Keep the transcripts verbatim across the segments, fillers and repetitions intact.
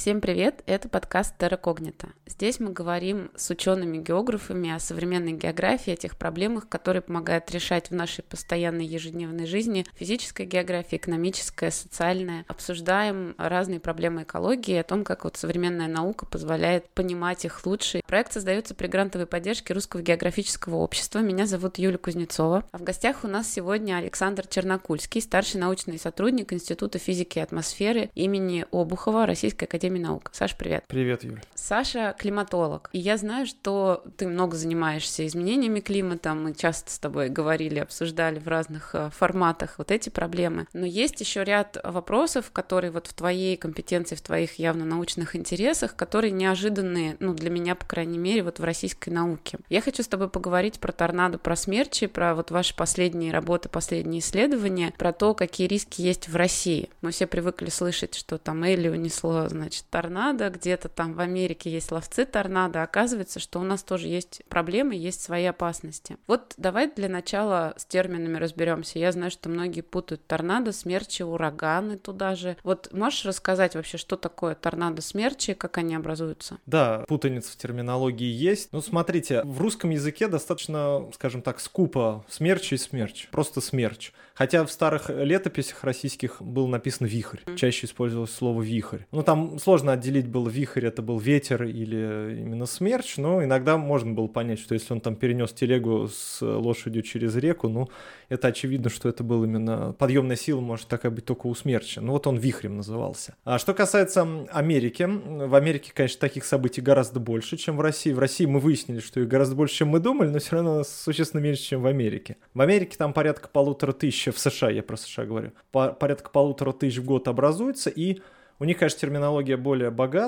Всем привет, это подкаст Terra Cognita. Здесь мы говорим с учеными-географами о современной географии, о тех проблемах, которые помогают решать в нашей постоянной ежедневной жизни: физическая география, экономическая, социальная. Обсуждаем разные проблемы экологии, о том, как вот современная наука позволяет понимать их лучше. Проект создается при грантовой поддержке Русского географического общества. Меня зовут Юлия Кузнецова. А в гостях у нас сегодня Александр Чернокульский, старший научный сотрудник Института физики и атмосферы имени Обухова Российской академии наук. Саша, привет. Привет, Юля. Саша климатолог. И я знаю, что ты много занимаешься изменениями климата. Мы часто с тобой говорили, обсуждали в разных форматах вот эти проблемы. Но есть еще ряд вопросов, которые вот в твоей компетенции, в твоих явно научных интересах, которые неожиданные, ну, для меня, по крайней мере, вот в российской науке. Я хочу с тобой поговорить про торнадо, про смерчи, про вот ваши последние работы, последние исследования, про то, какие риски есть в России. Мы все привыкли слышать, что там Элли унесло, значит, торнадо, где-то там в Америке есть ловцы торнадо. Оказывается, что у нас тоже есть проблемы, есть свои опасности. Вот давай для начала с терминами разберемся. Я знаю, что многие путают торнадо, смерчи, ураганы туда же. Вот можешь рассказать вообще, что такое торнадо, смерчи, как они образуются? Да, путаница в терминологии есть. Ну, смотрите, в русском языке достаточно, скажем так, скупо смерч и смерч. Просто смерч. Хотя в старых летописях российских было написано вихрь. Чаще использовалось слово вихрь. Ну, там сложно отделить было вихрь, это был ветер или именно смерч, но иногда можно было понять, что если он там перенес телегу с лошадью через реку, ну, это очевидно, что это был именно подъемная сила, может такая быть только у смерча. Ну, вот он вихрем назывался. А что касается Америки, в Америке, конечно, таких событий гораздо больше, чем в России. В России мы выяснили, что их гораздо больше, чем мы думали, но все равно существенно меньше, чем в Америке. В Америке там порядка полутора тысяч, в США, я про США говорю, порядка полутора тысяч в год образуется, и у них, конечно, терминология более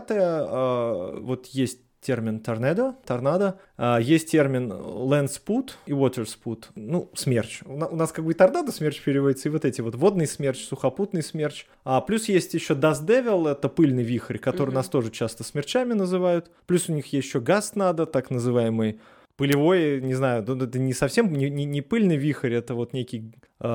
богатая. Вот есть термин торнадо, торнадо, есть термин land spout и water spout, ну, смерч. У нас как бы и торнадо смерч переводится, и вот эти вот водный смерч, сухопутный смерч. А плюс есть еще dust devil, это пыльный вихрь, который mm-hmm. нас тоже часто смерчами называют. Плюс у них есть еще gastnado, так называемый пылевой, не знаю, это не совсем не, не, не пыльный вихрь, это вот некий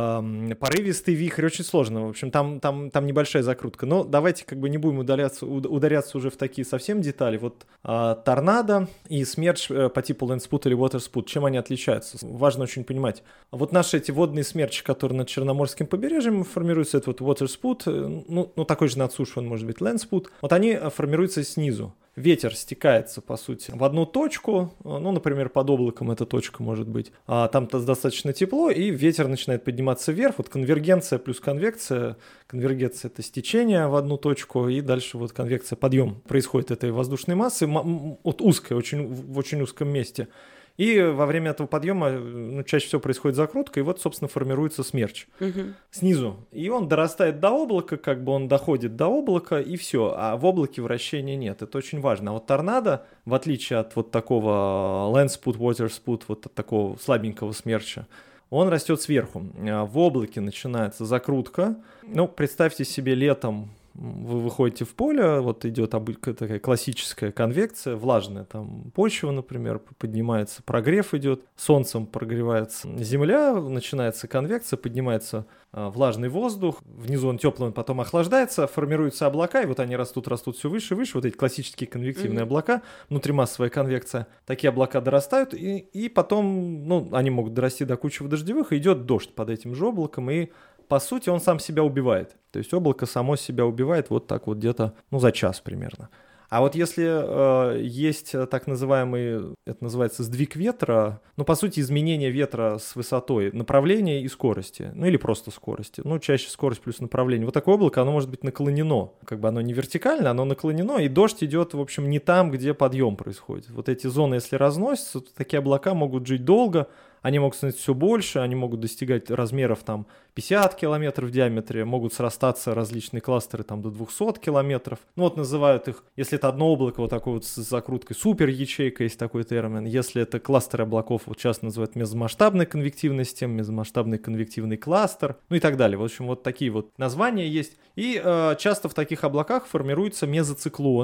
э, порывистый вихрь, очень сложно, в общем, там, там, там небольшая закрутка. Но давайте как бы не будем удаляться, ударяться уже в такие совсем детали. Вот э, торнадо и смерч э, по типу land spout или water spout, чем они отличаются? Важно очень понимать. Вот наши эти водные смерчи, которые над Черноморским побережьем формируются, это вот water spout, ну, ну такой же над сушей он может быть land spout, вот они формируются снизу. Ветер стекается, по сути, в одну точку, ну, например, под облаком эта точка может быть, а там-то достаточно тепло, и ветер начинает подниматься вверх, вот конвергенция плюс конвекция, конвергенция — это стечение в одну точку, и дальше вот конвекция, подъем происходит этой воздушной массы, вот узкой, очень, в очень узком месте. И во время этого подъема, ну, чаще всего происходит закрутка, и вот, собственно, формируется смерч uh-huh. снизу. И он дорастает до облака, как бы он доходит до облака, и все. А в облаке вращения нет. Это очень важно. А вот торнадо, в отличие от вот такого land spout, water spout, вот от такого слабенького смерча, он растет сверху. В облаке начинается закрутка. Ну, представьте себе летом, вы выходите в поле, вот идет такая классическая конвекция, влажная там почва, например, поднимается, прогрев идет, солнцем прогревается земля, начинается конвекция, поднимается а, влажный воздух, внизу он теплый, он потом охлаждается, формируются облака, и вот они растут, растут все выше и выше, вот эти классические конвективные mm-hmm. облака, внутримассовая конвекция, такие облака дорастают, и, и потом, ну, они могут дорасти до кучевых дождевых, и идет дождь под этим же облаком, и по сути, он сам себя убивает. То есть облако само себя убивает вот так вот где-то, ну, за час примерно. А вот если э, есть так называемый, это называется сдвиг ветра, ну, по сути, изменение ветра с высотой направления и скорости, ну, или просто скорости, ну, чаще скорость плюс направление. Вот такое облако, оно может быть наклонено, как бы оно не вертикально, оно наклонено, и дождь идет, в общем, не там, где подъем происходит. Вот эти зоны, если разносятся, то такие облака могут жить долго, они могут становиться все больше, они могут достигать размеров там пятьдесят километров в диаметре, могут срастаться различные кластеры там до двухсот километров. Ну вот называют их, если это одно облако вот такой вот с закруткой, супер ячейка, есть такой термин. Если это кластеры облаков, вот часто называют межмасштабной конвективной системой, межмасштабный конвективный кластер, ну и так далее. В общем, вот такие вот названия есть. И э, часто в таких облаках формируется мезоциклон.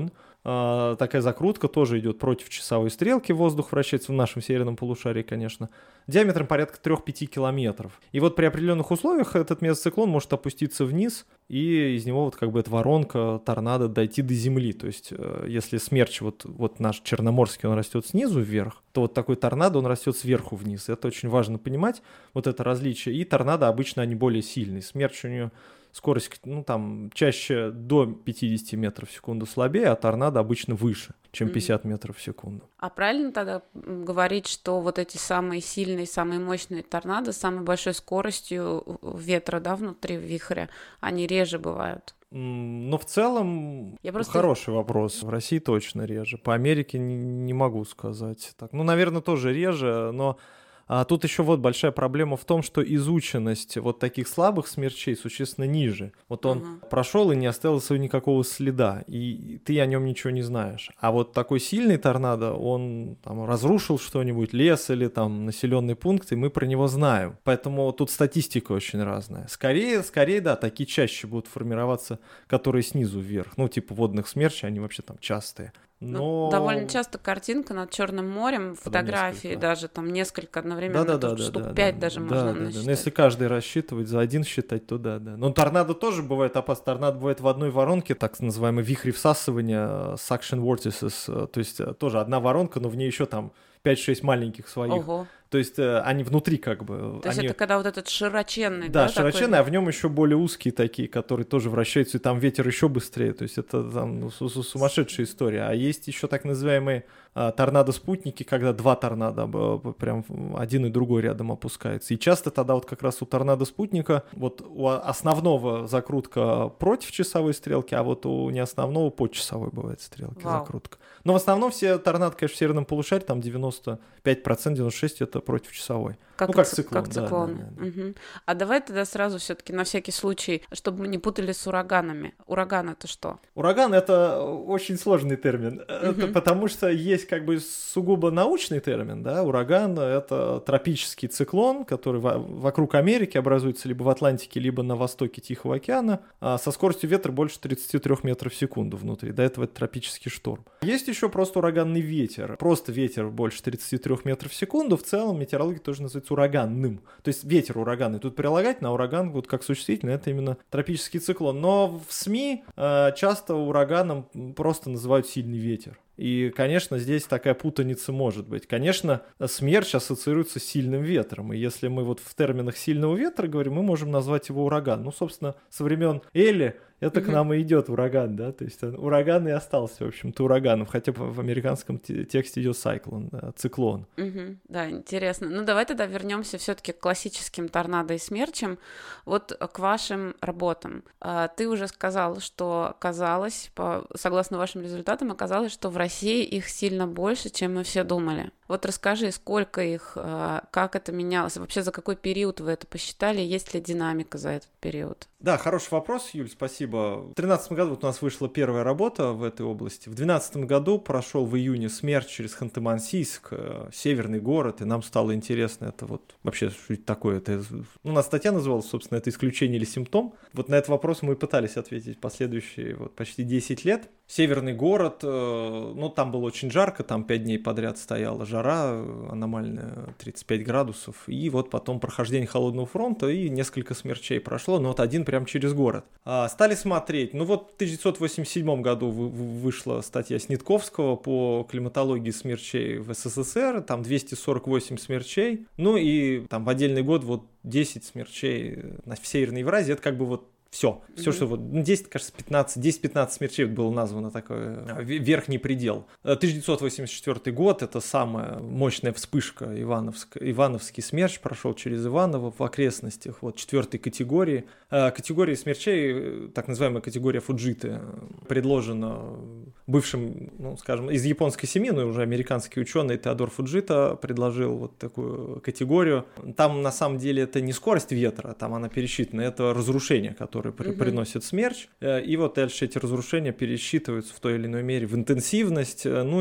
э, такая закрутка, тоже идет против часовой стрелки, воздух вращается в нашем северном полушарии, конечно, диаметром порядка три-пять километров. И вот при определенных условиях этот мезоциклон может опуститься вниз, и из него вот как бы эта воронка, торнадо дойти до земли. То есть э, если смерч, вот, вот наш черноморский, он растет снизу вверх, то вот такой торнадо, он растет сверху вниз. Это очень важно понимать, вот это различие. И торнадо обычно они более сильные. Смерч у нее скорость, ну там, чаще до пятьдесят метров в секунду слабее, а торнадо обычно выше, чем пятьдесят mm-hmm. метров в секунду. А правильно тогда говорить, что вот эти самые сильные, самые мощные торнадо с самой большой скоростью ветра, да, внутри вихря, они реже бывают? Но в целом Я просто... хороший вопрос. В России точно реже. По Америке не, не могу сказать так. Ну, наверное, тоже реже, но а тут еще вот большая проблема в том, что изученность вот таких слабых смерчей существенно ниже. Вот он uh-huh. прошел и не оставил своего никакого следа, и ты о нем ничего не знаешь. А вот такой сильный торнадо, он там разрушил что-нибудь, лес или там населенный пункт, и мы про него знаем. Поэтому тут статистика очень разная. Скорее, скорее, да, такие чаще будут формироваться, которые снизу вверх. Ну, типа водных смерчей, они вообще там частые. Но... Ну, довольно часто картинка над Черным морем, фотографии несколько. Даже там несколько одновременно, да, да, да, штук да, пять да, даже да, можно да, насчитать. Да. Но если каждый рассчитывать, за один считать, то да, да. Но торнадо тоже бывает опасно. Торнадо бывает в одной воронке, так называемый вихрь всасывания, suction vortices, то есть тоже одна воронка, но в ней еще там пять-шесть маленьких своих. Ого. То есть э, они внутри как бы... То есть они... это когда вот этот широченный, да? Да, широченный, такой... а в нем еще более узкие такие, которые тоже вращаются, и там ветер еще быстрее. То есть это там ну, сумасшедшая история. А есть еще так называемые а, торнадо-спутники, когда два торнадо прям один и другой рядом опускаются. И часто тогда вот как раз у торнадо-спутника вот у основного закрутка против часовой стрелки, а вот у неосновного под часовой бывает стрелки Вау. Закрутка. Но в основном все торнадо, конечно, в северном полушарии, там девяносто пять процентов, девяносто шесть процентов это против часовой. Как, ну, как ц... циклон. Как циклон. Да, да, да, да. Угу. А давай тогда сразу все-таки на всякий случай, чтобы мы не путали с ураганами. Ураган — это что? Ураган — это очень сложный термин, угу. это потому что есть как бы сугубо научный термин, да, ураган — это тропический циклон, который во- вокруг Америки образуется либо в Атлантике, либо на востоке Тихого океана, а со скоростью ветра больше тридцать три метров в секунду внутри, до этого это тропический шторм. Есть еще просто ураганный ветер, просто ветер больше тридцать три метров в секунду, в целом метеорология тоже называется ураганным, то есть ветер ураганный, тут прилагательное, а ураган вот как существительное, это именно тропический циклон, но в СМИ э, часто ураганом просто называют сильный ветер. И, конечно, здесь такая путаница может быть. Конечно, смерч ассоциируется с сильным ветром, и если мы вот в терминах сильного ветра говорим, мы можем назвать его ураган. Ну, собственно, со времен Элли это к нам и идет ураган, да, то есть ураган и остался, в общем-то, ураганом, хотя в американском тексте идет cyclone, да, циклон. Угу, да, интересно. Ну, давай тогда вернемся все-таки к классическим торнадо и смерчам, вот к вашим работам. Ты уже сказал, что оказалось, по, согласно вашим результатам, оказалось, что в России их сильно больше, чем мы все думали. Вот расскажи, сколько их, как это менялось, вообще за какой период вы это посчитали, есть ли динамика за этот период? Да, хороший вопрос, Юль, спасибо. В две тысячи тринадцатом году вот у нас вышла первая работа в этой области. В две тысячи двенадцатом году прошел в июне смерч через Ханты-Мансийск, северный город, и нам стало интересно, это вот вообще что это такое. Это, у нас статья называлась, собственно, это исключение или симптом. Вот на этот вопрос мы и пытались ответить последующие вот, почти десять лет. Северный город, ну там было очень жарко, там пять дней подряд стояла жара аномальная, тридцать пять градусов, и вот потом прохождение холодного фронта, и несколько смерчей прошло, но вот один прям через город. А, стали смотреть, ну вот в тысяча девятьсот восемьдесят седьмом году вышла статья Снитковского по климатологии смерчей в СССР, там двести сорок восемь смерчей, ну и там в отдельный год вот десять смерчей в Северной Евразии, это как бы вот все, все, mm-hmm. что вот, ну, десять, кажется, пятнадцать, десять-пятнадцать смерчей было названо такой верхний предел. тысяча девятьсот восемьдесят четвёртый год, это самая мощная вспышка, Ивановск, Ивановский смерч прошел через Иваново в окрестностях, вот, четвертой категории. Категория смерчей, так называемая категория Фуджиты, предложена бывшим, ну, скажем, из японской семьи, но уже американский ученый Теодор Фуджита предложил вот такую категорию. Там, на самом деле, это не скорость ветра, там она пересчитана, это разрушение, которое при, угу. приносит смерч, и вот дальше эти разрушения пересчитываются в той или иной мере в интенсивность, ну и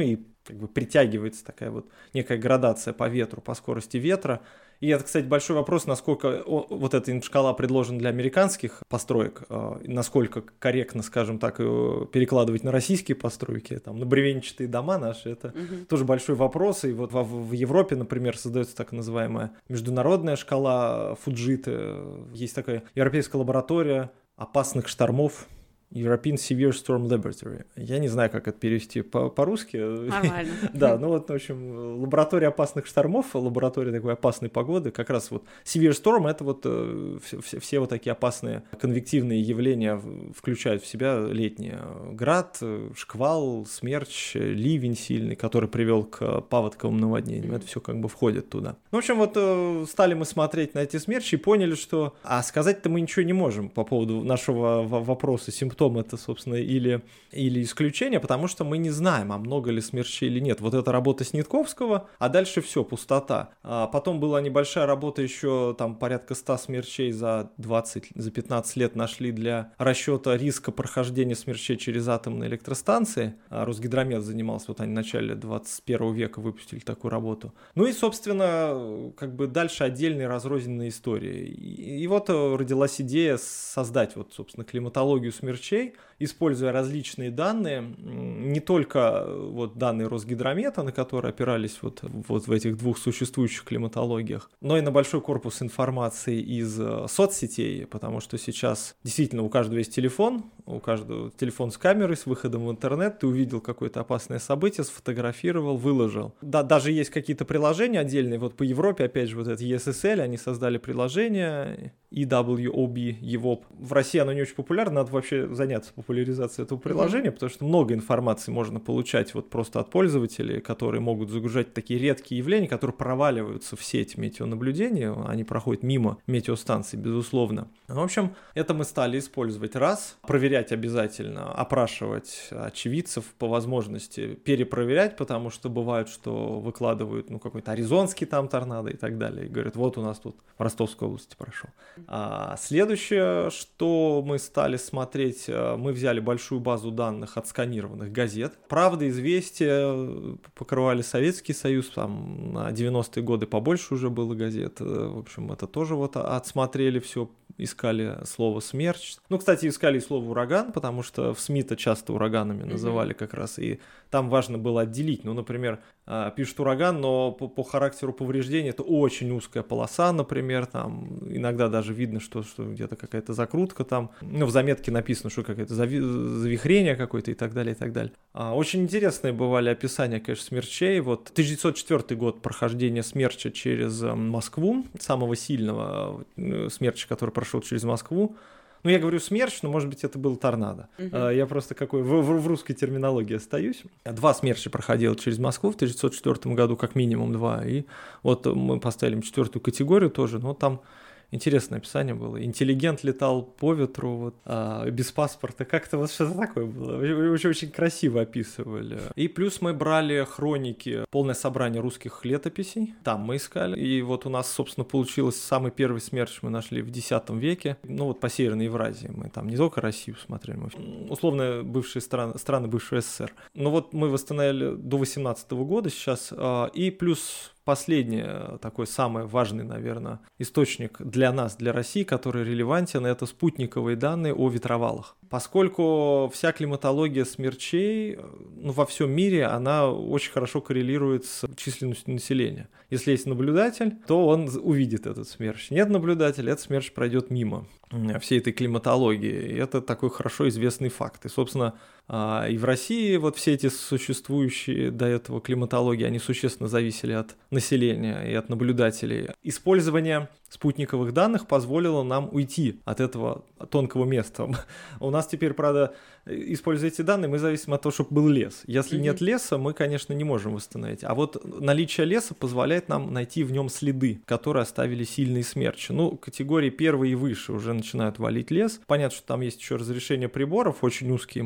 как бы притягивается такая вот некая градация по ветру, по скорости ветра. И это, кстати, большой вопрос, насколько вот эта шкала предложена для американских построек, насколько корректно, скажем так, перекладывать на российские постройки, там, на бревенчатые дома наши, это угу. тоже большой вопрос. И вот в Европе, например, создается так называемая международная шкала Фуджиты, есть такая европейская лаборатория опасных штормов, European Severe Storm Laboratory. Я не знаю, как это перевести по- по-русски. Нормально. Да, ну вот, в общем, лаборатория опасных штормов, лаборатория такой опасной погоды, как раз вот Severe Storm — это вот э, все, все вот такие опасные конвективные явления включают в себя летние. Град, шквал, смерч, ливень сильный, который привел к паводковым наводнениям. Mm-hmm. Это все как бы входит туда. Ну, в общем, вот э, стали мы смотреть на эти смерчи и поняли, что... А сказать-то мы ничего не можем по поводу нашего вопроса симптомов. Это, собственно, или, или исключение, потому что мы не знаем, а много ли смерчей или нет. Вот это работа Снитковского, а дальше все, пустота. А потом была небольшая работа, еще там порядка ста смерчей за двадцать, за пятнадцать лет нашли для расчета риска прохождения смерчей через атомные электростанции. А Росгидромет занимался, вот они в начале двадцать первого века выпустили такую работу. Ну и, собственно, как бы дальше отдельные разрозненные истории. И, и вот родилась идея создать вот, собственно, климатологию смерчей, используя различные данные, не только вот данные Росгидромета, на которые опирались вот, вот в этих двух существующих климатологиях, но и на большой корпус информации из соцсетей, потому что сейчас действительно у каждого есть телефон, у каждого телефон с камерой, с выходом в интернет, ты увидел какое-то опасное событие, сфотографировал, выложил. Да, даже есть какие-то приложения отдельные, вот по Европе, опять же, вот это и эс эс эл, они создали приложение и дабл ю о би, ЕВОП. В России оно не очень популярно, надо вообще заняться популяризацией этого приложения, mm-hmm. потому что много информации можно получать вот просто от пользователей, которые могут загружать такие редкие явления, которые проваливаются в сеть метеонаблюдения, они проходят мимо метеостанций, безусловно. В общем, это мы стали использовать раз, проверять обязательно, опрашивать очевидцев по возможности, перепроверять, потому что бывает, что выкладывают, ну, какой-то аризонский там торнадо и так далее, и говорят, вот у нас тут в Ростовской области прошел. А следующее, что мы стали смотреть, мы взяли большую базу данных отсканированных газет. «Правда», «Известия» покрывали Советский Союз, там на девяностые годы побольше уже было газет. В общем, это тоже вот отсмотрели все, искали слово «смерч». Ну, кстати, искали и слово «ураган», потому что в СМИ-то часто ураганами называли mm-hmm. как раз, и там важно было отделить. Ну, например, пишут «ураган», но по, по характеру повреждения это очень узкая полоса, например, там иногда даже видно, что, что где-то какая-то закрутка там, ну, в заметке написано, что какая-то зави- завихрение какое-то и так далее, и так далее. А, очень интересные бывали описания, конечно, смерчей. Вот тысяча девятьсот четвёртый год прохождения смерча через Москву, самого сильного смерча, который прошел через Москву. Ну, я говорю смерч, но, может быть, это был торнадо. Uh-huh. Я просто какой в, в, в русской терминологии остаюсь. Два смерча проходило через Москву в тысяча девятьсот четвёртом году, как минимум два. И вот мы поставили им четвертую категорию тоже, но там интересное описание было. Интеллигент летал по ветру, вот, а, без паспорта. Как-то вот что-то такое было. Очень, очень красиво описывали. И плюс мы брали хроники, полное собрание русских летописей. Там мы искали. И вот у нас, собственно, получилось самый первый смерч мы нашли в десятом веке. Ну вот по Северной Евразии. Мы там не только Россию смотрели, мы условно бывшие страны, страны бывшего эс эс эс эр. Но вот мы восстановили до восемнадцатого года сейчас. А, и плюс... Последний, такой самый важный, наверное, источник для нас, для России, который релевантен, это спутниковые данные о ветровалах. Поскольку вся климатология смерчей, ну, во всем мире, она очень хорошо коррелирует с численностью населения. Если есть наблюдатель, то он увидит этот смерч. Нет наблюдателя, этот смерч пройдет мимо всей этой климатологии. И это такой хорошо известный факт. И, собственно, и в России вот все эти существующие до этого климатологии, они существенно зависели от населения и от наблюдателей. Использование спутниковых данных позволило нам уйти от этого тонкого места. У нас теперь, правда, используя эти данные, мы зависим от того, чтобы был лес. Если mm-hmm. нет леса, мы, конечно, не можем восстановить. А вот наличие леса позволяет нам найти в нем следы, которые оставили сильные смерчи. Ну, категории первые и выше уже начинают валить лес. Понятно, что там есть еще разрешение приборов, очень узкие мы не можем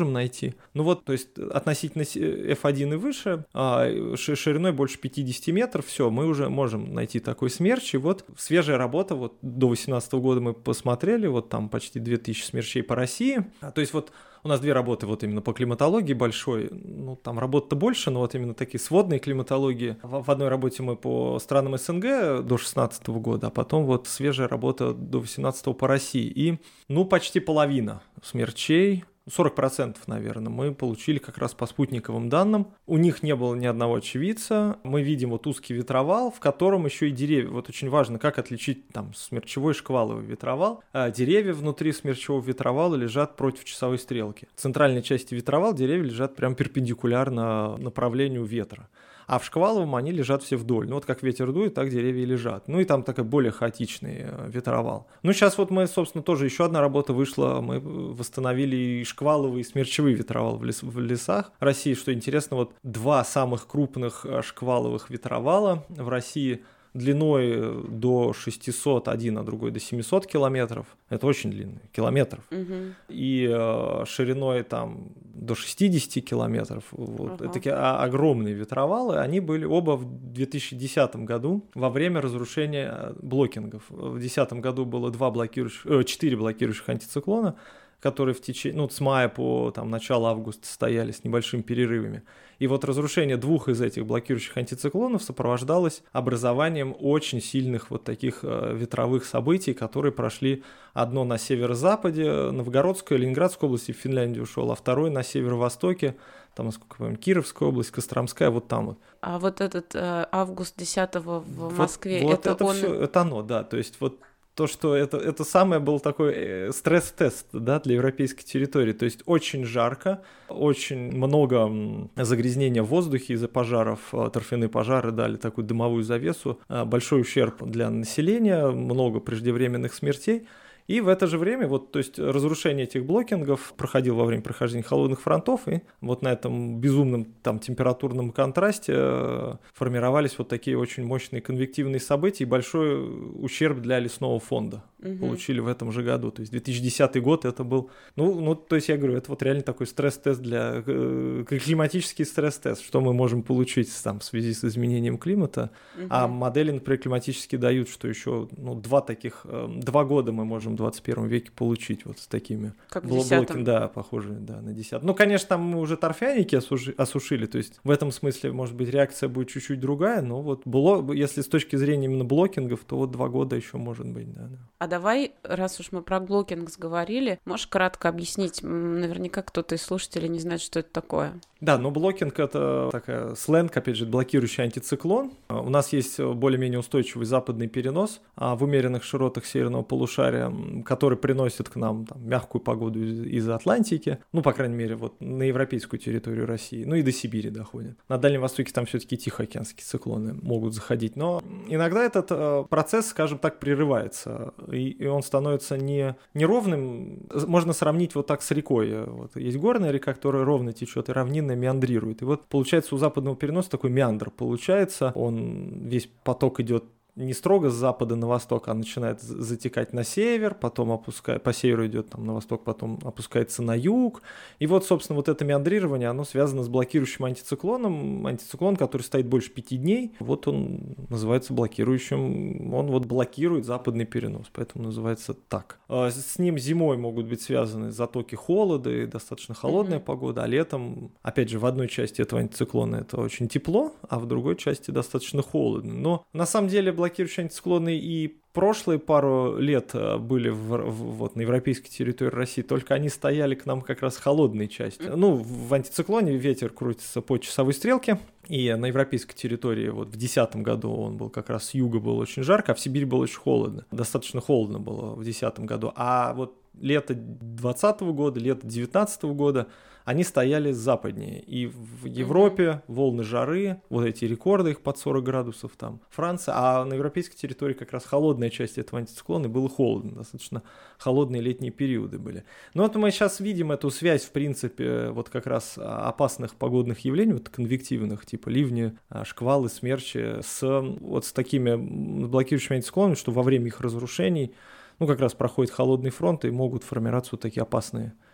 можем найти. Ну вот, то есть относительно эф один и выше, шириной больше пятьдесят метров, все, мы уже можем найти такой смерч. И вот свежая работа, вот до две тысячи восемнадцатого года мы посмотрели, вот там почти две тысячи смерчей по России. То есть вот у нас две работы вот именно по климатологии большой, ну там работа-то больше, но вот именно такие сводные климатологии. В, в одной работе мы по странам СНГ до шестнадцатого года, а потом вот свежая работа до восемнадцатого по России. И ну почти половина смерчей, сорок процентов, наверное, мы получили как раз по спутниковым данным. У них не было ни одного очевидца. Мы видим вот узкий ветровал, в котором еще и деревья. Вот очень важно, как отличить там смерчевой и шкваловый ветровал. А деревья внутри смерчевого ветровала лежат против часовой стрелки. В центральной части ветровала деревья лежат прям перпендикулярно направлению ветра. А в шкваловом они лежат все вдоль. Ну вот как ветер дует, так деревья и лежат. Ну и там такой более хаотичный ветровал. Ну сейчас вот мы, собственно, тоже еще одна работа вышла. Мы восстановили и шкваловый, и смерчевый ветровал в, лес, в лесах России. Что интересно, вот два самых крупных шкваловых ветровала в России длиной до шестисот, один, а другой до семисот километров. Это очень длинный, километров. Угу. И э, шириной там до шестидесяти километров. Вот. Угу. Это такие огромные ветровалы. Они были оба в две тысячи десятом году во время разрушения блокингов. В две тысячи десятом году было два блокирующих, э, четыре блокирующих антициклона, которые в течение, ну, с мая по там, начало августа стояли с небольшими перерывами. И вот разрушение двух из этих блокирующих антициклонов сопровождалось образованием очень сильных вот таких э, ветровых событий, которые прошли одно на северо-западе, Новгородская, Ленинградская область, в Финляндию ушел, а второй на северо-востоке, там, насколько я помню, Кировская область, Костромская, вот там вот. А вот этот э, август десятого в вот, Москве, вот это, это он... Всё, это оно, да, то есть вот то, что это, это самое был такой стресс-тест, да, для европейской территории. То есть очень жарко, очень много загрязнения в воздухе из-за пожаров. Торфяные пожары дали такую дымовую завесу. Большой ущерб для населения, много преждевременных смертей. И в это же время, вот, то есть разрушение этих блокингов проходило во время прохождения холодных фронтов, и вот на этом безумном там температурном контрасте э, формировались вот такие очень мощные конвективные события, и большой ущерб для лесного фонда угу. получили в этом же году. То есть две тысячи десятый год это был, ну, ну, то есть я говорю, это вот реально такой стресс-тест для, э, климатический стресс-тест, что мы можем получить там в связи с изменением климата, угу. а модели, например, климатические дают, что еще, ну, два таких, э, два года мы можем в двадцать первом веке получить вот с такими как блоками, да, похожие, да, на десятом. Ну, конечно, там мы уже торфяники осуши, осушили, то есть в этом смысле, может быть, реакция будет чуть-чуть другая, но вот было, если с точки зрения именно блокингов, то вот два года еще может быть, да, да. А давай, раз уж мы про блокинг заговорили, можешь кратко объяснить, наверняка кто-то из слушателей не знает, что это такое. Да, но блокинг — это такая сленг, опять же, блокирующий антициклон. У нас есть более-менее устойчивый западный перенос в умеренных широтах северного полушария, который приносит к нам там мягкую погоду из- из Атлантики, ну, по крайней мере, вот на европейскую территорию России, ну и до Сибири доходит. На Дальнем Востоке там все-таки тихоокеанские циклоны могут заходить, но иногда этот э, процесс, скажем так, прерывается, и, и он становится не, неровным. Можно сравнить вот так с рекой. Вот есть горная река, которая ровно течет, и равнинная меандрирует. И вот получается у западного переноса такой меандр получается, он весь поток идет не строго с запада на восток, а начинает затекать на север, потом опускает, по северу идет там на восток, потом опускается на юг. И вот, собственно, вот это меандрирование, оно связано с блокирующим антициклоном. Антициклон, который стоит больше пяти дней, вот он называется блокирующим, он вот блокирует западный перенос, поэтому называется так. С ним зимой могут быть связаны затоки холода и достаточно холодная mm-hmm. погода, а летом, опять же, в одной части этого антициклона это очень тепло, а в другой части достаточно холодно. Но на самом деле блокирующие антициклоны и прошлые пару лет были в, в, вот, на европейской территории России, только они стояли к нам как раз холодной частью. Mm-hmm. Ну, в антициклоне ветер крутится по часовой стрелке, и на европейской территории вот в две тысячи десятом году он был как раз с юга было очень жарко, а в Сибири было очень холодно. Достаточно холодно было в две тысячи десятом году. А вот лето двадцатого года, лето девятнадцатого года они стояли западнее. И в Европе mm-hmm. волны жары, вот эти рекорды их под сорок градусов там, Франция, а на европейской территории как раз холодная часть этого антициклона, и было холодно, достаточно холодные летние периоды были. Но вот мы сейчас видим эту связь, в принципе, вот как раз опасных погодных явлений, вот конвективных, типа ливни, шквалы, смерчи, с вот с такими блокирующими антициклонами, что во время их разрушений, ну, как раз проходит холодный фронт, и могут формироваться вот такие опасные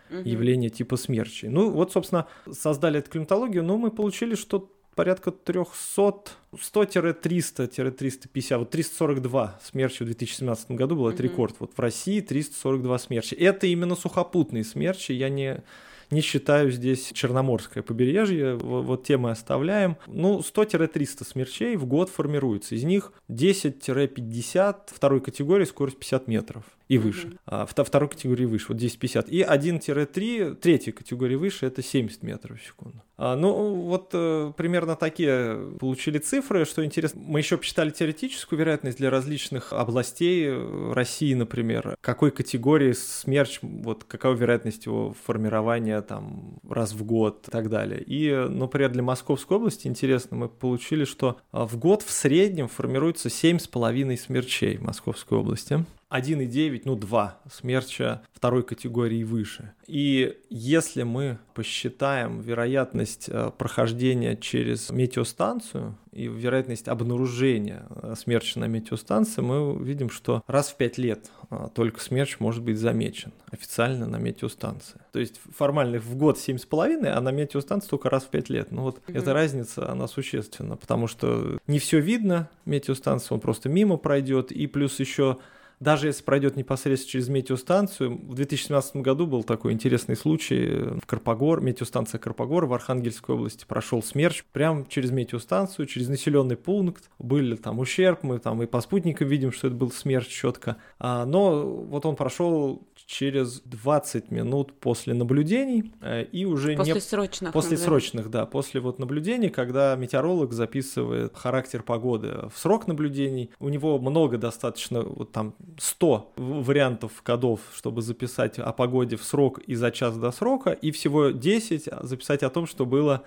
угу. явления типа смерчей. Ну вот, собственно, создали эту климатологию, но мы получили, что порядка триста, сто-триста, триста пятьдесят, вот триста сорок два смерча в две тысячи семнадцатом году был, это mm-hmm. рекорд. Вот в России триста сорок два смерча. Это именно сухопутные смерчи, я не... Не считаю здесь Черноморское побережье, вот, вот те мы оставляем. Ну, сто-триста смерчей в год формируется. Из них десять-пятьдесят второй категории, скорость пятьдесят метров и выше. Mm-hmm. А, второй категории выше, вот десять-пятьдесят. И один-три, третьей категории выше, это семьдесят метров в секунду. А, ну, вот э, примерно такие получили цифры. Что интересно, мы еще посчитали теоретическую вероятность для различных областей России, например. Какой категории смерч, вот какова вероятность его формирования там раз в год и так далее. И, например, для Московской области интересно, мы получили, что в год в среднем формируется семь с половиной смерчей в Московской области. один и девять, ну два смерча второй категории выше. И если мы посчитаем вероятность прохождения через метеостанцию и вероятность обнаружения смерча на метеостанции, мы увидим, что раз в пять лет только смерч может быть замечен официально на метеостанции. То есть формально в год семь с половиной, а на метеостанции только раз в пять лет. Ну вот mm-hmm. эта разница, она существенна, потому что не все видно метеостанции, он просто мимо пройдет, и плюс еще даже если пройдет непосредственно через метеостанцию, в две тысячи семнадцатом году был такой интересный случай в Карпогор, метеостанция Карпогор в Архангельской области, прошел смерч прямо через метеостанцию, через населенный пункт, были там ущерб, мы там и по спутникам видим, что это был смерч четко, а, но вот он прошел через двадцать минут после наблюдений и уже после не... срочных, после наверное. срочных, да, после вот наблюдений, когда метеоролог записывает характер погоды в срок наблюдений, у него много достаточно, вот там сто вариантов кодов, чтобы записать о погоде в срок и за час до срока, и всего десять записать о том, что было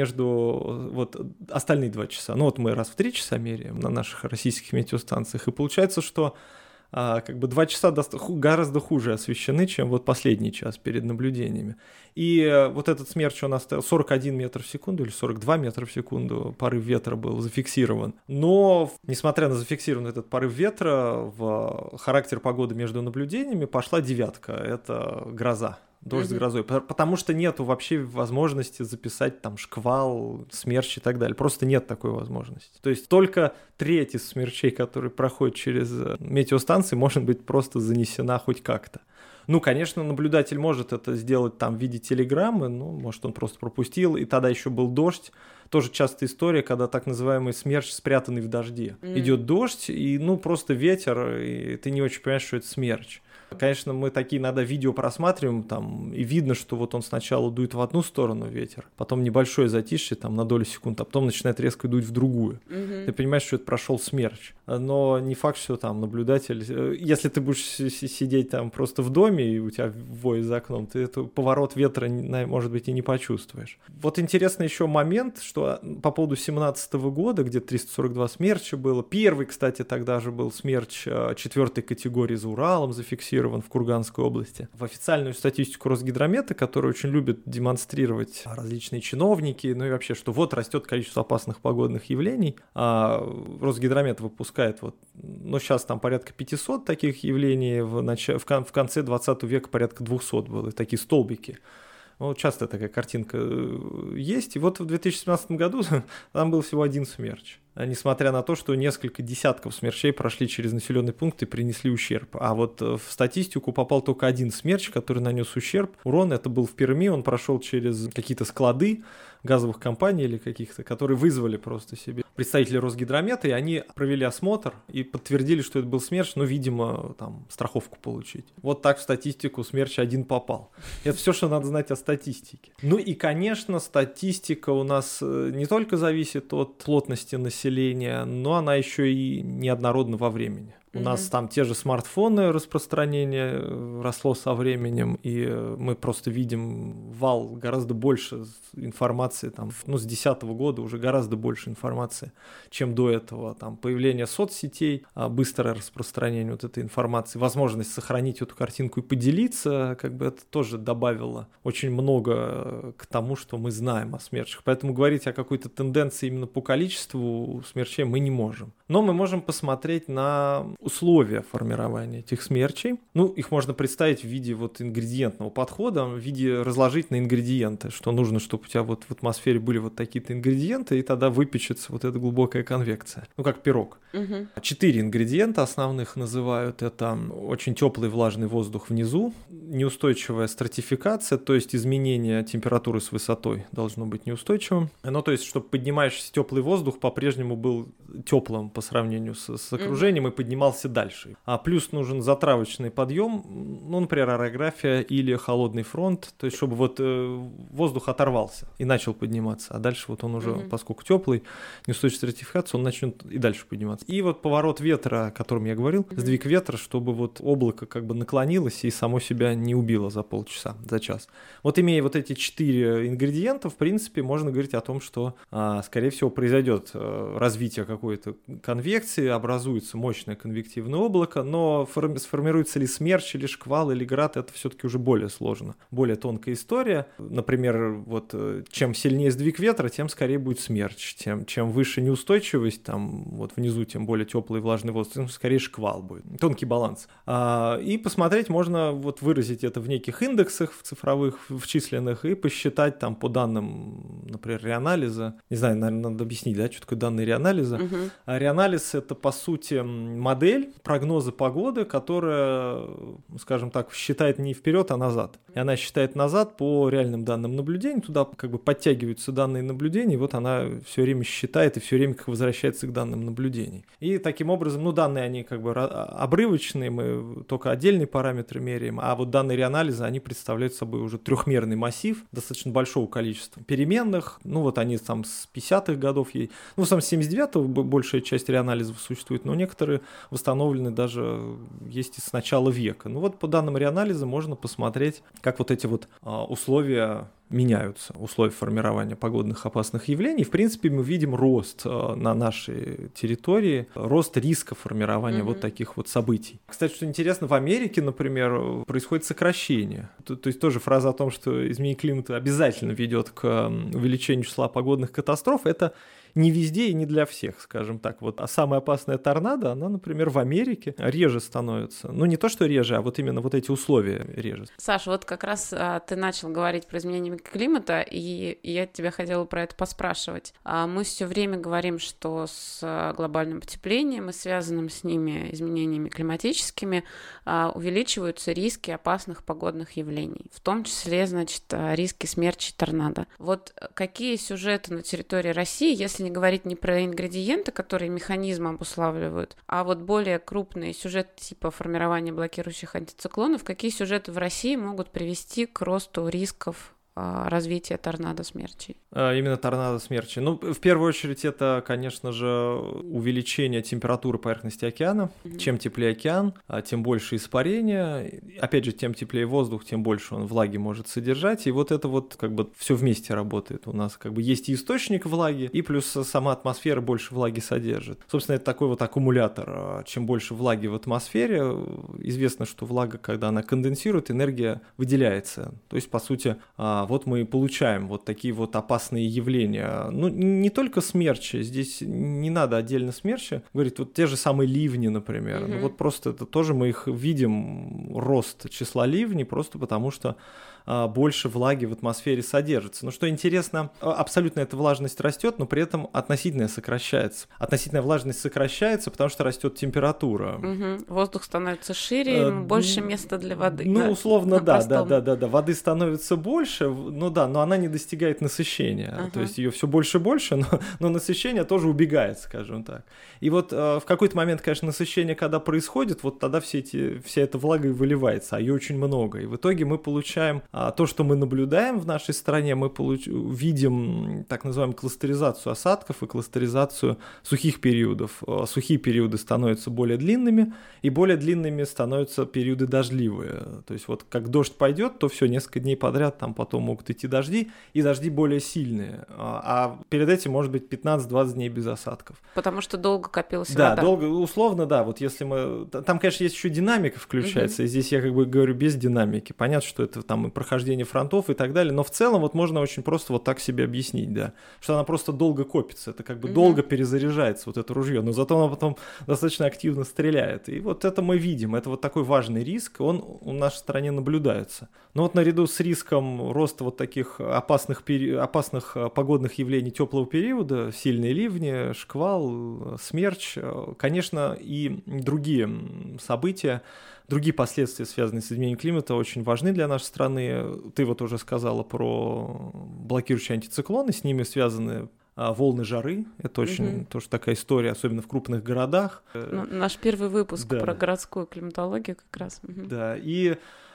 между вот остальные два часа. Ну вот мы раз в три часа меряем на наших российских метеостанциях, и получается, что А, как бы два часа до... гораздо хуже освещены, чем вот последний час перед наблюдениями. И вот этот смерч, он оставил сорок один метр в секунду или сорок два метра в секунду, порыв ветра был зафиксирован. Но, несмотря на зафиксированный этот порыв ветра, в характер погоды между наблюдениями пошла девятка, это гроза. Дождь mm-hmm. с грозой, потому что нету вообще возможности записать там шквал, смерч и так далее. Просто нет такой возможности. То есть только треть из смерчей, которые проходят через метеостанции, может быть просто занесена хоть как-то. Ну, конечно, наблюдатель может это сделать там в виде телеграммы, ну, может, он просто пропустил, и тогда еще был дождь. Тоже частая история, когда так называемый смерч, спрятанный в дожде. Mm. Идет дождь, и, ну, просто ветер, и ты не очень понимаешь, что это смерч. Конечно, мы такие иногда видео просматриваем, там, и видно, что вот он сначала дует в одну сторону ветер, потом небольшое затишье там, на долю секунд, а потом начинает резко дуть в другую. Mm-hmm. Ты понимаешь, что это прошел смерч. Но не факт, что там наблюдатель... Если ты будешь сидеть там просто в доме, и у тебя вой за окном, ты этот поворот ветра, может быть, и не почувствуешь. Вот интересный еще момент, что по поводу семнадцатого года, где триста сорок два смерча было. Первый, кстати, тогда же был смерч четвертой категории за Уралом зафиксирован в Курганской области. В официальную статистику Росгидромета, которую очень любят демонстрировать различные чиновники, ну и вообще, что вот растет количество опасных погодных явлений, а Росгидромет выпускает вот, ну сейчас там порядка пятьсот таких явлений, в, нач... в, кон... в конце двадцатого века порядка двести было, такие столбики. Ну, часто такая картинка есть. И вот в две тысячи семнадцатом году там был всего один смерч. Несмотря на то, что несколько десятков смерчей прошли через населенный пункт и принесли ущерб. А вот в статистику попал только один смерч, который нанес ущерб. Урон, это был в Перми, он прошел через какие-то склады газовых компаний или каких-то, которые вызвали просто себе представители Росгидромета, и они провели осмотр и подтвердили, что это был смерч, но, видимо, там страховку получить. Вот так в статистику смерч один попал. Это все, что надо знать о статистике. Ну и, конечно, статистика у нас не только зависит от плотности населения, но она еще и неоднородна во времени. У mm-hmm. нас там те же смартфоны, распространение росло со временем, и мы просто видим вал гораздо больше информации, там, ну, с две тысячи десятого года уже гораздо больше информации, чем до этого. Там появление соцсетей, быстрое распространение вот этой информации, возможность сохранить эту картинку и поделиться, как бы это тоже добавило очень много к тому, что мы знаем о смерчах. Поэтому говорить о какой-то тенденции именно по количеству смерчей мы не можем. Но мы можем посмотреть на условия формирования этих смерчей. Ну, их можно представить в виде вот ингредиентного подхода, в виде разложить на ингредиенты, что нужно, чтобы у тебя вот в атмосфере были вот такие-то ингредиенты, и тогда выпечется вот эта глубокая конвекция. Ну, как пирог. Угу. Четыре ингредиента основных называют. Это очень теплый влажный воздух внизу, неустойчивая стратификация, то есть изменение температуры с высотой должно быть неустойчивым. Ну, то есть, чтобы поднимающийся теплый воздух по-прежнему был теплым по сравнению с, с окружением mm-hmm. и поднимался дальше. А плюс нужен затравочный подъем, ну, например, аэрография или холодный фронт, то есть, чтобы вот э, воздух оторвался и начал подниматься, а дальше вот он уже, mm-hmm. поскольку теплый, неустойчивая стратификация, он начнет и дальше подниматься. И вот поворот ветра, о котором я говорил, mm-hmm. сдвиг ветра, чтобы вот облако как бы наклонилось и само себя не убило за полчаса, за час. Вот имея вот эти четыре ингредиента, в принципе, можно говорить о том, что, а, скорее всего, произойдет а, развитие какой-то конвекции, образуется мощное конвективное облако, но форми- сформируется ли смерч, или шквал, или град, это все-таки уже более сложно, более тонкая история. Например, вот чем сильнее сдвиг ветра, тем скорее будет смерч, тем, чем выше неустойчивость, там вот внизу тем более теплый влажный воздух, тем скорее шквал будет. Тонкий баланс. А, и посмотреть можно вот выразить это в неких индексах в цифровых, в численных, и посчитать там по данным, например, реанализа. Не знаю, наверное, надо объяснить, да, что такое данные реанализа. Uh-huh. А реанализ — это, по сути, модель прогноза погоды, которая, скажем так, считает не вперед, а назад. И она считает назад по реальным данным наблюдений, туда как бы подтягиваются данные наблюдений, и вот она все время считает и все время как возвращается к данным наблюдений. И таким образом, ну, данные, они как бы обрывочные, мы только отдельные параметры меряем, а вот данные реанализа, они представляют собой уже трехмерный массив достаточно большого количества переменных. Ну, вот они там с пятидесятых годов, ну, в основном с семьдесят девятого большая часть реанализов существует, но некоторые восстановлены даже есть и с начала века. Ну, вот по данным реанализа можно посмотреть, как вот эти вот а, условия меняются, условия формирования погодных опасных явлений. В принципе, мы видим рост э, на нашей территории, рост риска формирования mm-hmm. вот таких вот событий. Кстати, что интересно, в Америке, например, происходит сокращение. То, то есть тоже фраза о том, что изменение климата обязательно ведет к увеличению числа погодных катастроф, это не везде и не для всех, скажем так. Вот. А самая опасная торнадо, она, например, в Америке реже становится. Ну, не то, что реже, а вот именно вот эти условия реже. Саша, вот как раз а, ты начал говорить про изменение климата, и, и я тебя хотела про это поспрашивать. А мы все время говорим, что с глобальным потеплением и связанным с ними изменениями климатическими а, увеличиваются риски опасных погодных явлений, в том числе, значит, риски смерчи торнадо. Вот какие сюжеты на территории России, если не говорить не про ингредиенты, которые механизм обуславливают, а вот более крупные сюжеты типа формирования блокирующих антициклонов, какие сюжеты в России могут привести к росту рисков развития торнадо-смерчей? Именно торнадо-смерчи. Ну, в первую очередь, это, конечно же, увеличение температуры поверхности океана. Mm-hmm. Чем теплее океан, тем больше испарения. Опять же, тем теплее воздух, тем больше он влаги может содержать. И вот это вот как бы все вместе работает. У нас как бы есть и источник влаги, и плюс сама атмосфера больше влаги содержит. Собственно, это такой вот аккумулятор. Чем больше влаги в атмосфере, известно, что влага, когда она конденсирует, энергия выделяется. То есть, по сути, вот мы получаем вот такие вот опасные явления. Ну, не только смерчи, здесь не надо отдельно смерчи. Говорит, вот те же самые ливни, например. Mm-hmm. Ну, вот просто это тоже мы их видим, рост числа ливней, просто потому что больше влаги в атмосфере содержится. Но что интересно, абсолютно эта влажность растет, но при этом относительная сокращается. Относительная влажность сокращается, потому что растет температура. Угу. Воздух становится шире, э, больше места для воды. Ну, да? условно, да, да, да, да, да. Воды становится больше, ну да, но она не достигает насыщения. Ага. То есть ее все больше и больше, но, но насыщение тоже убегает, скажем так. И вот э, в какой-то момент, конечно, насыщение, когда происходит, вот тогда все эти, вся эта влага и выливается, а ее очень много. И в итоге мы получаем А то, что мы наблюдаем в нашей стране, мы получ... видим так называемую кластеризацию осадков и кластеризацию сухих периодов. Сухие периоды становятся более длинными, и более длинными становятся периоды дождливые. То есть вот как дождь пойдет, то все, несколько дней подряд там потом могут идти дожди, и дожди более сильные. А перед этим может быть пятнадцать-двадцать дней без осадков. Потому что долго копилась да, вода. Да, долго, условно, да. Вот если мы... Там, конечно, есть еще динамика включается, угу. И здесь я как бы говорю без динамики. Понятно, что это там и проходит прохождения фронтов и так далее, но в целом вот можно очень просто вот так себе объяснить, да, что она просто долго копится, это как бы mm-hmm. долго перезаряжается вот это ружье, но зато оно потом достаточно активно стреляет, и вот это мы видим, это вот такой важный риск, он в нашей стране наблюдается. Но вот наряду с риском роста вот таких опасных, пери... опасных погодных явлений теплого периода, сильные ливни, шквал, смерч, конечно, и другие события, другие последствия, связанные с изменением климата, очень важны для нашей страны. Ты вот уже сказала про блокирующие антициклоны, с ними связаны волны жары. Это очень угу. тоже такая история, особенно в крупных городах. Ну, наш первый выпуск да. про городскую климатологию как раз. Угу. Да, и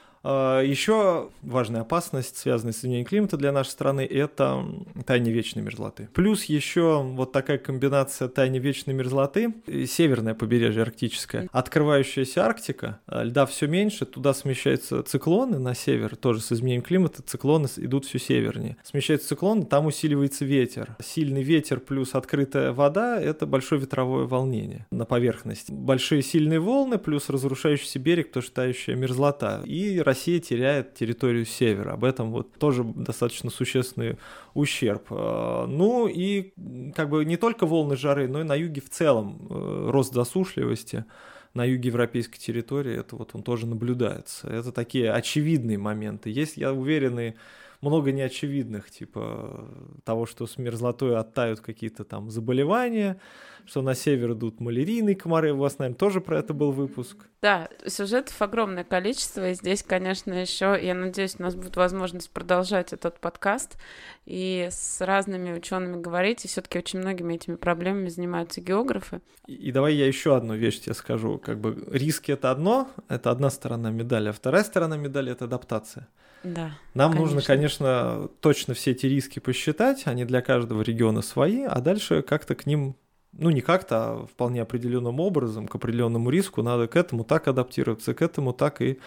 еще важная опасность, связанная с изменением климата для нашей страны, это таяние вечной мерзлоты. Плюс еще вот такая комбинация таяния вечной мерзлоты, северное побережье арктическое, открывающаяся Арктика, льда все меньше, туда смещаются циклоны на север, тоже с изменением климата, циклоны идут все севернее. Смещаются циклоны, там усиливается ветер. Сильный ветер плюс открытая вода – это большое ветровое волнение на поверхности. Большие сильные волны плюс разрушающийся берег, потому что тающая мерзлота. И Россия теряет территорию севера. Об этом вот тоже достаточно существенный ущерб. Ну и как бы не только волны жары, но и на юге в целом рост засушливости. На юге европейской территории это вот он тоже наблюдается. Это такие очевидные моменты. Есть, я уверен, и много неочевидных, типа того, что с мерзлотой оттают какие-то там заболевания, что на север идут малярийные комары. У вас, наверное, тоже про это был выпуск. Да, сюжетов огромное количество, и здесь, конечно, еще, я надеюсь, у нас будет возможность продолжать этот подкаст и с разными учеными говорить, и все-таки очень многими этими проблемами занимаются географы. И, и давай я еще одну вещь тебе скажу. Как бы риски — это одно, это одна сторона медали, а вторая сторона медали — это адаптация. Да, Нам конечно. нужно, конечно, точно все эти риски посчитать, они для каждого региона свои, а дальше как-то к ним, ну не как-то, а вполне определенным образом, к определенному риску надо к этому так адаптироваться, к этому так и,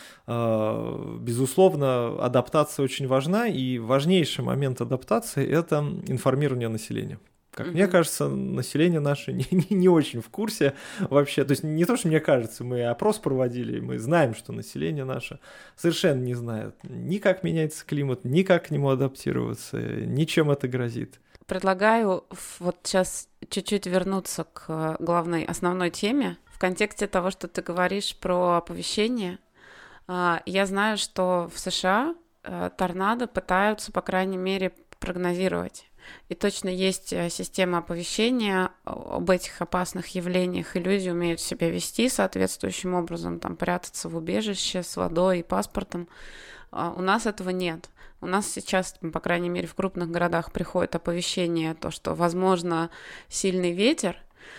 э, безусловно, адаптация очень важна, и важнейший момент адаптации – это информирование населения. Как mm-hmm. мне кажется, население наше не, не, не очень в курсе вообще. То есть не то, что мне кажется, мы опрос проводили, мы знаем, что население наше совершенно не знает ни как меняется климат, ни как к нему адаптироваться, ни чем это грозит. Предлагаю вот сейчас чуть-чуть вернуться к главной основной теме в контексте того, что ты говоришь про оповещение. Я знаю, что в США торнадо пытаются, по крайней мере, прогнозировать. И точно есть система оповещения об этих опасных явлениях, и люди умеют себя вести соответствующим образом, там, прятаться в убежище с водой и паспортом. У нас этого нет. У нас сейчас, по крайней мере, в крупных городах приходит оповещение, то, что, возможно, сильный ветер.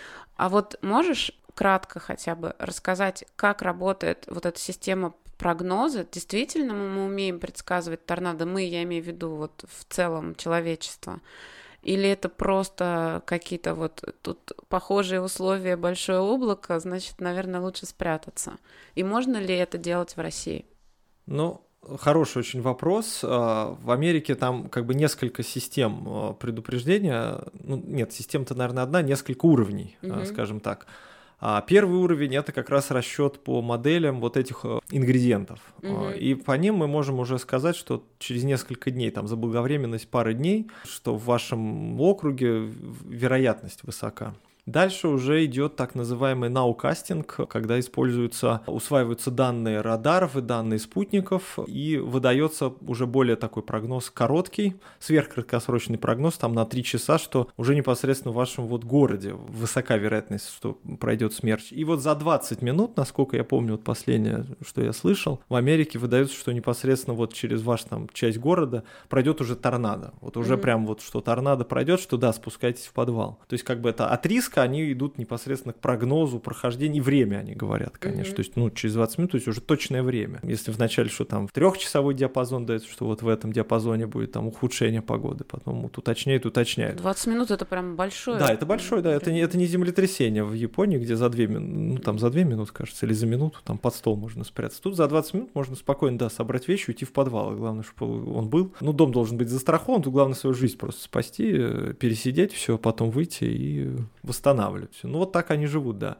А вот можешь кратко хотя бы рассказать, как работает вот эта система прогноза? Действительно мы умеем предсказывать торнадо? Мы, я имею в виду, вот в целом человечество. Или это просто какие-то вот тут похожие условия, большое облако, значит, наверное, лучше спрятаться. И можно ли это делать в России? Ну, хороший очень вопрос. В Америке там как бы несколько систем предупреждения. Ну, нет, система-то, наверное, одна, несколько уровней, угу. скажем так. А первый уровень – это как раз расчет по моделям вот этих ингредиентов. Угу. И по ним мы можем уже сказать, что через несколько дней, там заблаговременность пары дней, что в вашем округе вероятность высока. Дальше уже идет так называемый наукастинг, когда используются, усваиваются данные радаров и данные спутников, и выдается уже более такой прогноз короткий, сверхкраткосрочный прогноз, там на три часа, что уже непосредственно в вашем вот городе высока вероятность, что пройдет смерч. И вот за двадцать минут, насколько я помню, вот последнее, что я слышал, в Америке выдается, что непосредственно вот через вашу там часть города пройдет уже торнадо. Вот уже mm-hmm. прям вот что торнадо пройдет, что да, спускайтесь в подвал. То есть как бы это от риска они идут непосредственно к прогнозу прохождения, и время они говорят, конечно, mm-hmm. то есть, ну, через двадцать минут, то есть уже точное время. Если вначале, что там трехчасовой диапазон дается, что вот в этом диапазоне будет там ухудшение погоды, потом вот уточняют, уточняют. двадцать минут это прям большое. Да, это большое, да, это не, это не землетрясение в Японии, где за две минуты, ну, там за две минуты, кажется, или за минуту там под стол можно спрятаться. Тут за двадцать минут можно спокойно, да, собрать вещи, уйти в подвал, и главное, чтобы он был. Ну, дом должен быть застрахован, тут главное свою жизнь просто спасти, пересидеть все, потом выйти и восстанавливать. Ну, вот так они живут, да.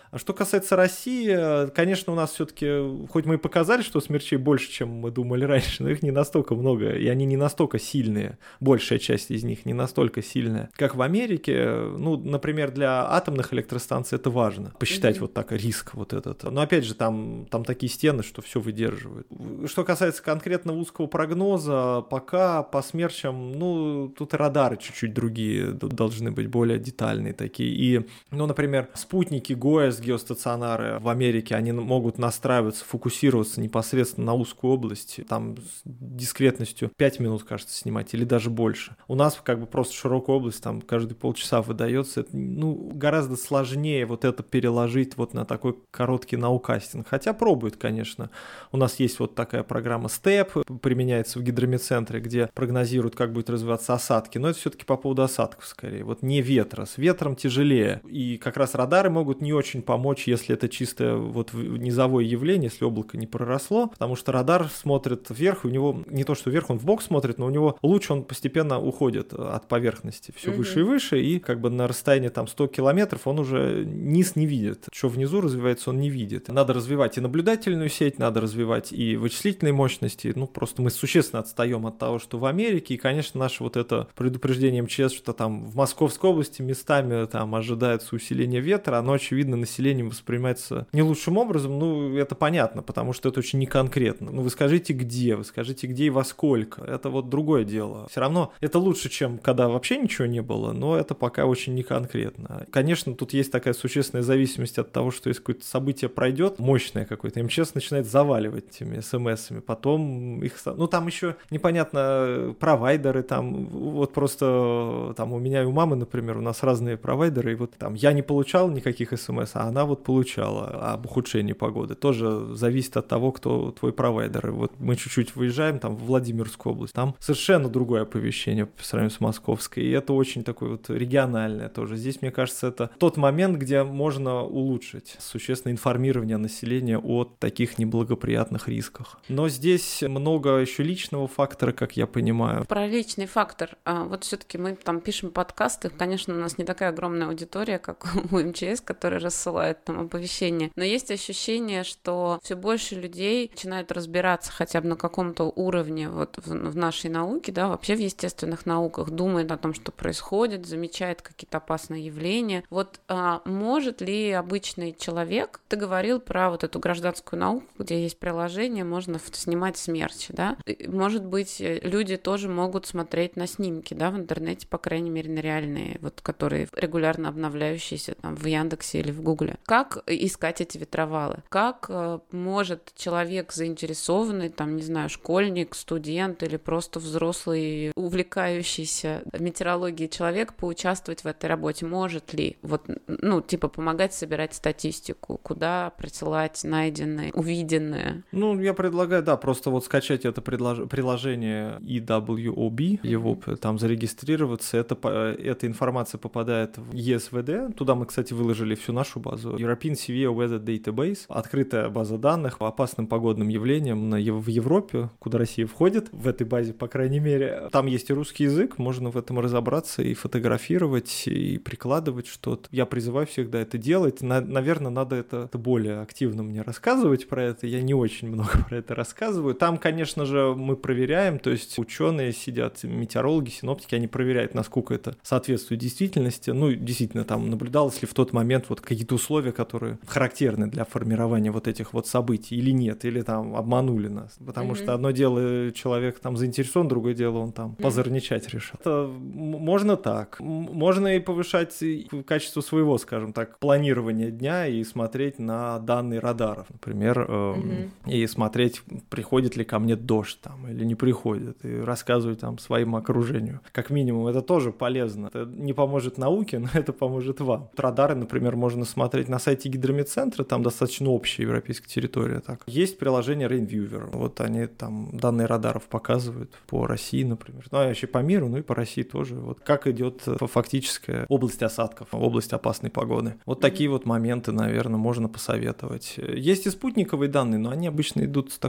А что касается России, конечно, у нас все-таки, хоть мы и показали, что смерчей больше, чем мы думали раньше, но их не настолько много, и они не настолько сильные, большая часть из них не настолько сильная, как в Америке. Ну, например, для атомных электростанций это важно, посчитать mm-hmm. вот так риск вот этот. Но опять же, там, там такие стены, что все выдерживают. Что касается конкретно узкого прогноза, пока по смерчам, ну, тут и радары чуть-чуть другие должны быть, более детальные такие. И, ну, например, спутники ГОЭС, геостационары в Америке, они могут настраиваться, фокусироваться непосредственно на узкую область, там с дискретностью пять минут, кажется, снимать, или даже больше. У нас как бы просто широкая область, там каждые полчаса выдается. Это, ну, гораздо сложнее вот это переложить вот на такой короткий наукастинг. Хотя пробуют, конечно. У нас есть вот такая программа степ, применяется в гидромедцентре, где прогнозируют, как будет развиваться осадки. Но это все-таки по поводу осадков скорее. Вот не ветра. С ветром тяжелее. И как раз радары могут не очень помочь, если это чисто вот низовое явление, если облако не проросло, потому что радар смотрит вверх, и у него не то, что вверх, он в бок смотрит, но у него луч, он постепенно уходит от поверхности все mm-hmm. выше и выше, и как бы на расстоянии там сто километров он уже низ не видит. Что внизу развивается, он не видит. Надо развивать и наблюдательную сеть, надо развивать и вычислительные мощности. Ну, просто мы существенно отстаем от того, что в Америке, и, конечно, наше вот это предупреждение МЧС, что там в Московской области местами там ожидается усиление ветра, оно, очевидно, населением воспринимается не лучшим образом. Ну, это понятно, потому что это очень неконкретно. Ну, вы скажите, где, вы скажите, где и во сколько. Это вот другое дело. Все равно это лучше, чем когда вообще ничего не было, но это пока очень неконкретно. Конечно, тут есть такая существенная зависимость от того, что если какое-то событие пройдет, мощное какое-то, МЧС начинает заваливать этими смс-ами, потом их... Ну, там еще непонятно, провайдеры там, вот просто там у меня и у мамы, например, у нас разные провайдеры, и вот там я не получал никаких смс, а она вот получала об ухудшении погоды. Тоже зависит от того, кто твой провайдер. И вот мы чуть-чуть выезжаем там в Владимирскую область, там совершенно другое оповещение по сравнению с московской, и это очень такое вот региональное тоже. Здесь, мне кажется, это тот момент, где можно улучшить существенное информирование населения о таких неблагоприятных рисках. Но здесь много еще личного фактора, как я понимаю. Про личный фактор. А вот все-таки мы там пишем подкасты, конечно, у нас не такая огромная аудитория, как у МЧС, которые рассылают там оповещения, но есть ощущение, что все больше людей начинают разбираться хотя бы на каком-то уровне вот в, в нашей науке, да, вообще в естественных науках, думает о том, что происходит, замечает какие-то опасные явления. Вот а, может ли обычный человек, ты говорил про вот эту гражданскую науку, где есть приложение, можно снимать смерчи, да, может быть, люди тоже могут смотреть на снимки, да, в интернете, по крайней мере, на реальные, вот, которые регулярно обновляющиеся там в Яндексе или в Гугле. Как искать эти ветровалы? Как э, может человек заинтересованный, там, не знаю, школьник, студент или просто взрослый, увлекающийся метеорологией человек поучаствовать в этой работе? Может ли, вот, ну, типа, помогать собирать статистику, куда присылать найденные, увиденные? Ну, я предлагаю, да, просто вот скачать это предлож... приложение и дабл ю о би, mm-hmm. его там зарегистрироваться, это, эта информация попадает в и эс ви ди, туда мы, кстати, выложили всю нашу базу, European Severe Weather Database, открытая база данных по опасным погодным явлениям на, в Европе, куда Россия входит, в этой базе, по крайней мере. Там есть и русский язык, можно в этом разобраться и фотографировать, и прикладывать что-то. Я призываю всех, да, это делать. На, наверное, надо это, это более активно мне рассказывать про это. Я не очень много про это рассказываю. Там, конечно же, мы проверяем, то есть ученые сидят, метеорологи, синоптики, они проверяют, насколько это соответствует действительности. Ну, действительно, там наблюдалось ли в тот момент вот какие-то условия, которые характерны для формирования вот этих вот событий или нет, или там обманули нас. Потому mm-hmm. что одно дело человек там заинтересован, другое дело он там mm-hmm. позорничать решил. Это можно так. Можно и повышать качество своего, скажем так, планирования дня и смотреть на данные радаров, например, э, mm-hmm. и смотреть, приходит ли ко мне дождь там или не приходит, и рассказывать там своему окружению. Как минимум, это тоже полезно. Это не поможет науке, но это поможет вам. Радары, например, можно смотреть на сайте гидромедцентра, там достаточно общая европейская территория. Так. Есть приложение RainViewer. Вот они там данные радаров показывают по России, например. Ну, а вообще по миру, ну и по России тоже. Вот как идет фактическая область осадков, область опасной погоды. Вот такие вот моменты, наверное, можно посоветовать. Есть и спутниковые данные, но они обычно идут с такой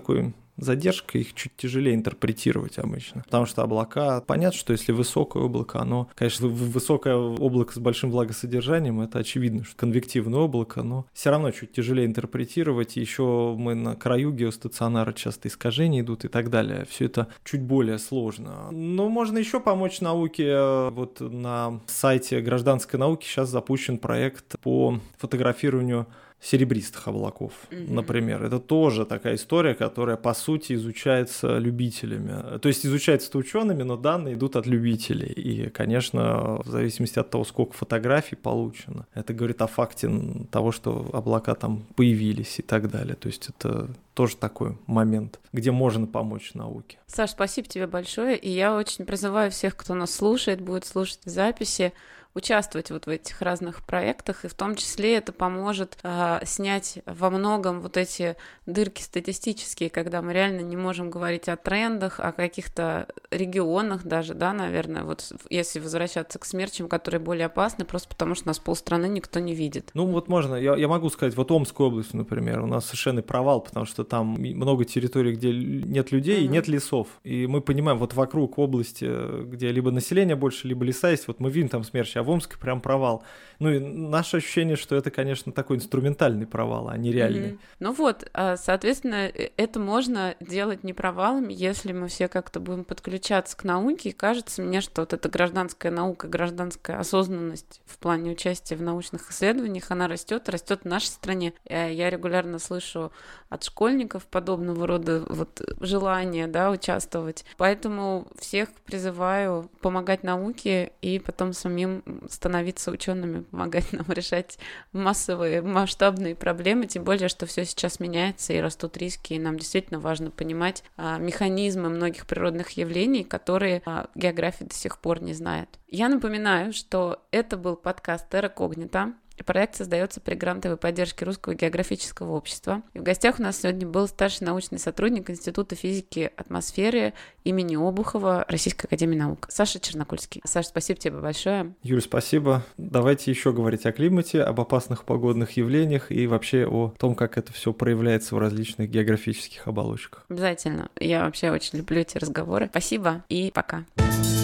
задержка, их чуть тяжелее интерпретировать обычно. Потому что облака, понятно, что если высокое облако, оно, конечно, высокое облако с большим влагосодержанием, это очевидно, что конвективное облако, но все равно чуть тяжелее интерпретировать. И еще мы на краю геостационара часто искажения идут и так далее. Все это чуть более сложно. Но можно еще помочь науке. Вот на сайте гражданской науки сейчас запущен проект по фотографированию серебристых облаков, mm-hmm. например. Это тоже такая история, которая, по сути, изучается любителями. То есть изучается учеными, но данные идут от любителей. И, конечно, в зависимости от того, сколько фотографий получено, это говорит о факте того, что облака там появились и так далее. То есть это тоже такой момент, где можно помочь науке. Саш, спасибо тебе большое. И я очень призываю всех, кто нас слушает, будет слушать в записи, участвовать вот в этих разных проектах, и в том числе это поможет э, снять во многом вот эти дырки статистические, когда мы реально не можем говорить о трендах, о каких-то регионах даже, да, наверное, вот если возвращаться к смерчам, которые более опасны, просто потому что нас полстраны никто не видит. Ну вот можно, я, я могу сказать, вот Омская область, например, у нас совершенный провал, потому что там много территорий, где нет людей mm-hmm. и нет лесов, и мы понимаем, вот вокруг области, где либо население больше, либо леса есть, вот мы видим там смерчи, а в Омске прям провал. Ну и наше ощущение, что это, конечно, такой инструментальный провал, а не реальный. Mm-hmm. Ну вот, соответственно, это можно делать не провалом, если мы все как-то будем подключаться к науке. И кажется мне, что вот эта гражданская наука, гражданская осознанность в плане участия в научных исследованиях, она растет, растет в нашей стране. Я регулярно слышу от школьников подобного рода вот желание, да, участвовать. Поэтому всех призываю помогать науке и потом самим становиться учеными, помогать нам решать массовые, масштабные проблемы, тем более, что все сейчас меняется и растут риски, и нам действительно важно понимать а, механизмы многих природных явлений, которые а, география до сих пор не знает. Я напоминаю, что это был подкаст Terra Cognita. Проект создается при грантовой поддержке Русского географического общества. И в гостях у нас сегодня был старший научный сотрудник Института физики атмосферы имени Обухова Российской академии наук Саша Чернокульский. Саша, спасибо тебе большое. Юль, спасибо. Давайте еще говорить о климате, об опасных погодных явлениях и вообще о том, как это все проявляется в различных географических оболочках. Обязательно. Я вообще очень люблю эти разговоры. Спасибо и пока.